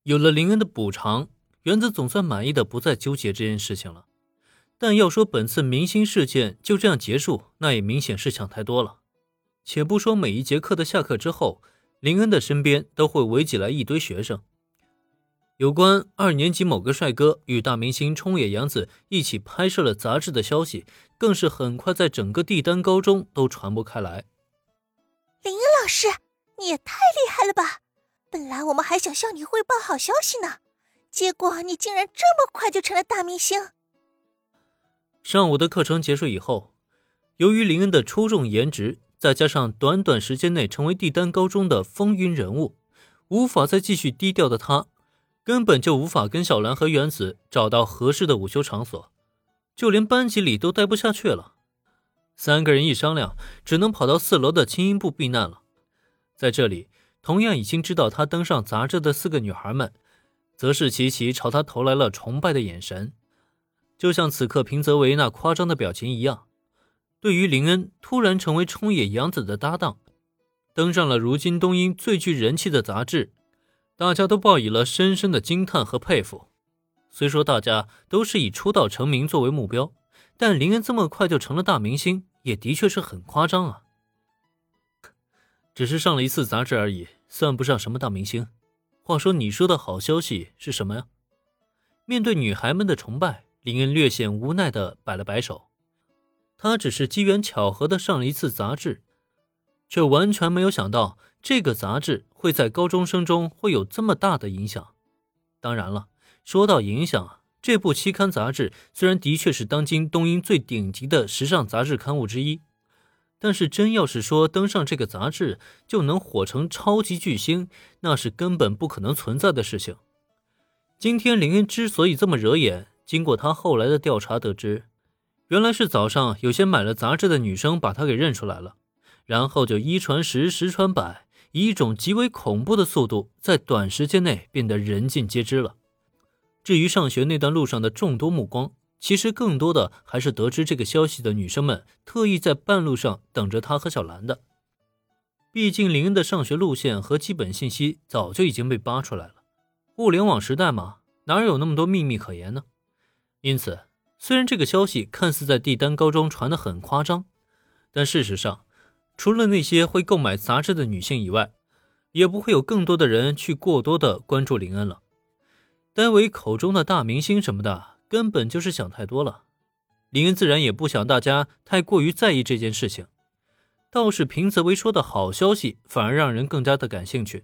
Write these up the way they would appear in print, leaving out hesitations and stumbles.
有了林恩的补偿，原子总算满意的不再纠结这件事情了。但要说本次明星事件就这样结束，那也明显是想太多了。且不说每一节课的下课之后，林恩的身边都会围挤来一堆学生。有关2年级某个帅哥与大明星冲野洋子一起拍摄了杂志的消息，更是很快在整个帝丹高中都传播开来。 林恩老师，你也太厉害了吧！本来我们还想向你汇报好消息呢，结果你竟然这么快就成了大明星。 上午的课程结束以后，由于林恩的出众颜值，再加上短短时间内成为帝丹高中的风云人物，无法再继续低调的他，根本就无法跟小兰和原子找到合适的午休场所，就连班级里都待不下去了。3个人一商量，只能跑到4楼的轻音部避难了。在这里，同样已经知道他登上杂志的4个女孩们，则是齐齐朝他投来了崇拜的眼神，就像此刻平泽唯那夸张的表情一样。对于林恩突然成为冲野洋子的搭档，登上了如今东英最具人气的杂志，大家都报以了深深的惊叹和佩服。虽说大家都是以出道成名作为目标，但林恩这么快就成了大明星，也的确是很夸张啊。只是上了一次杂志而已，算不上什么大明星。话说你说的好消息是什么呀？面对女孩们的崇拜，林恩略显无奈地摆了摆手。他只是机缘巧合地上了一次杂志，却完全没有想到这个杂志会在高中生中会有这么大的影响。当然了，说到影响，这部期刊杂志虽然的确是当今东英最顶级的时尚杂志刊物之一，但是真要是说登上这个杂志就能火成超级巨星，那是根本不可能存在的事情。今天林恩之所以这么惹眼，经过他后来的调查得知，原来是早上有些买了杂志的女生把他给认出来了，然后就一传十，十传百，以一种极为恐怖的速度在短时间内变得人尽皆知了。至于上学那段路上的众多目光，其实更多的还是得知这个消息的女生们特意在半路上等着他和小兰的。毕竟林恩的上学路线和基本信息早就已经被扒出来了，互联网时代嘛，哪有那么多秘密可言呢？因此虽然这个消息看似在帝丹高中传得很夸张，但事实上，除了那些会购买杂志的女性以外，也不会有更多的人去过多的关注林恩了。单为口中的大明星什么的，根本就是想太多了。林恩自然也不想大家太过于在意这件事情，倒是平泽唯说的好消息反而让人更加的感兴趣。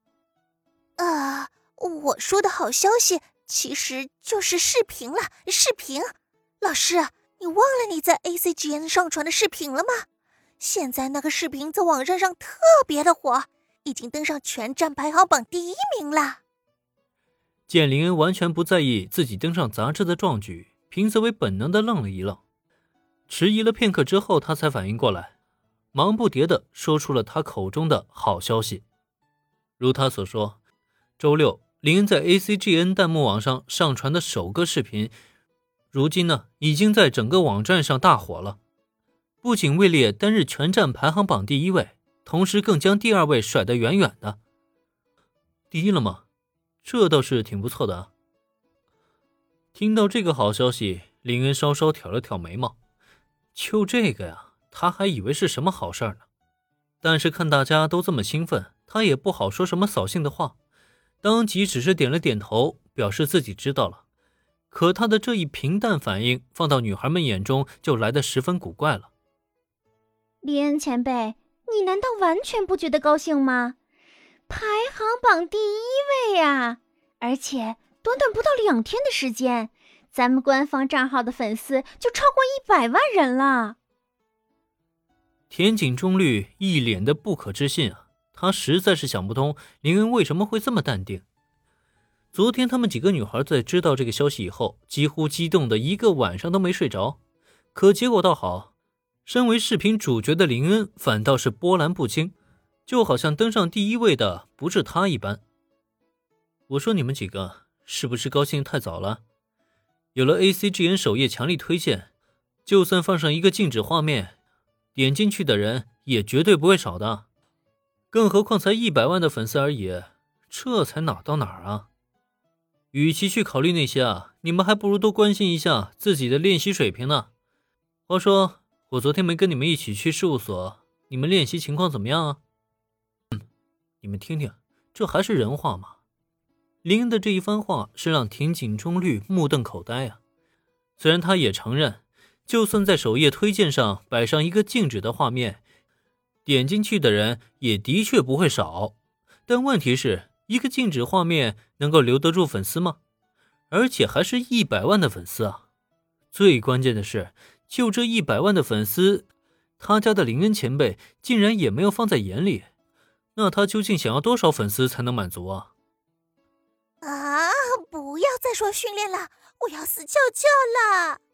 我说的好消息其实就是视频了，视频。老师，你忘了你在 ACGN 上传的视频了吗？现在那个视频在网站上特别的火，已经登上全站排行榜第1名了。 见林恩完全不在意自己登上杂志的壮举，平泽唯本能地愣了一愣，迟疑了片刻之后，他才反应过来，忙不迭地说出了他口中的好消息。如他所说，周六林恩在 ACGN 弹幕网上上传的首个视频，如今呢已经在整个网站上大火了，不仅位列单日全站排行榜第1位，同时更将第2位甩得远远的。第1了吗？这倒是挺不错的啊。听到这个好消息，林恩稍稍挑了挑眉毛，就这个呀，他还以为是什么好事呢。但是看大家都这么兴奋，他也不好说什么扫兴的话，当即只是点了点头，表示自己知道了。可他的这一平淡反应放到女孩们眼中就来得十分古怪了。 林恩前辈，你难道完全不觉得高兴吗？排行榜第1位啊！而且短短不到2天的时间，咱们官方账号的粉丝就超过100万人了。 田井中律一脸的不可置信啊，他实在是想不通林恩为什么会这么淡定。昨天他们几个女孩在知道这个消息以后，几乎激动的一个晚上都没睡着，可结果倒好，身为视频主角的林恩反倒是波澜不惊，就好像登上第1位的不是他一般。我说你们几个是不是高兴太早了？有了 ACGN 首页强力推荐，就算放上一个静止画面，点进去的人也绝对不会少的。更何况才100万的粉丝而已，这才哪到哪儿啊？ 与其去考虑那些啊，你们还不如多关心一下自己的练习水平呢。话说，我昨天没跟你们一起去事务所，你们练习情况怎么样啊？你们听听，这还是人话吗？林恩的这一番话是让田井中律目瞪口呆啊。虽然他也承认，就算在首页推荐上摆上一个静止的画面，点进去的人也的确不会少，但问题是，一个静止画面能够留得住粉丝吗？而且还是100万的粉丝啊！最关键的是，就这100万的粉丝，他家的林恩前辈竟然也没有放在眼里，那他究竟想要多少粉丝才能满足啊？ 啊！不要再说训练了，我要死翘翘了。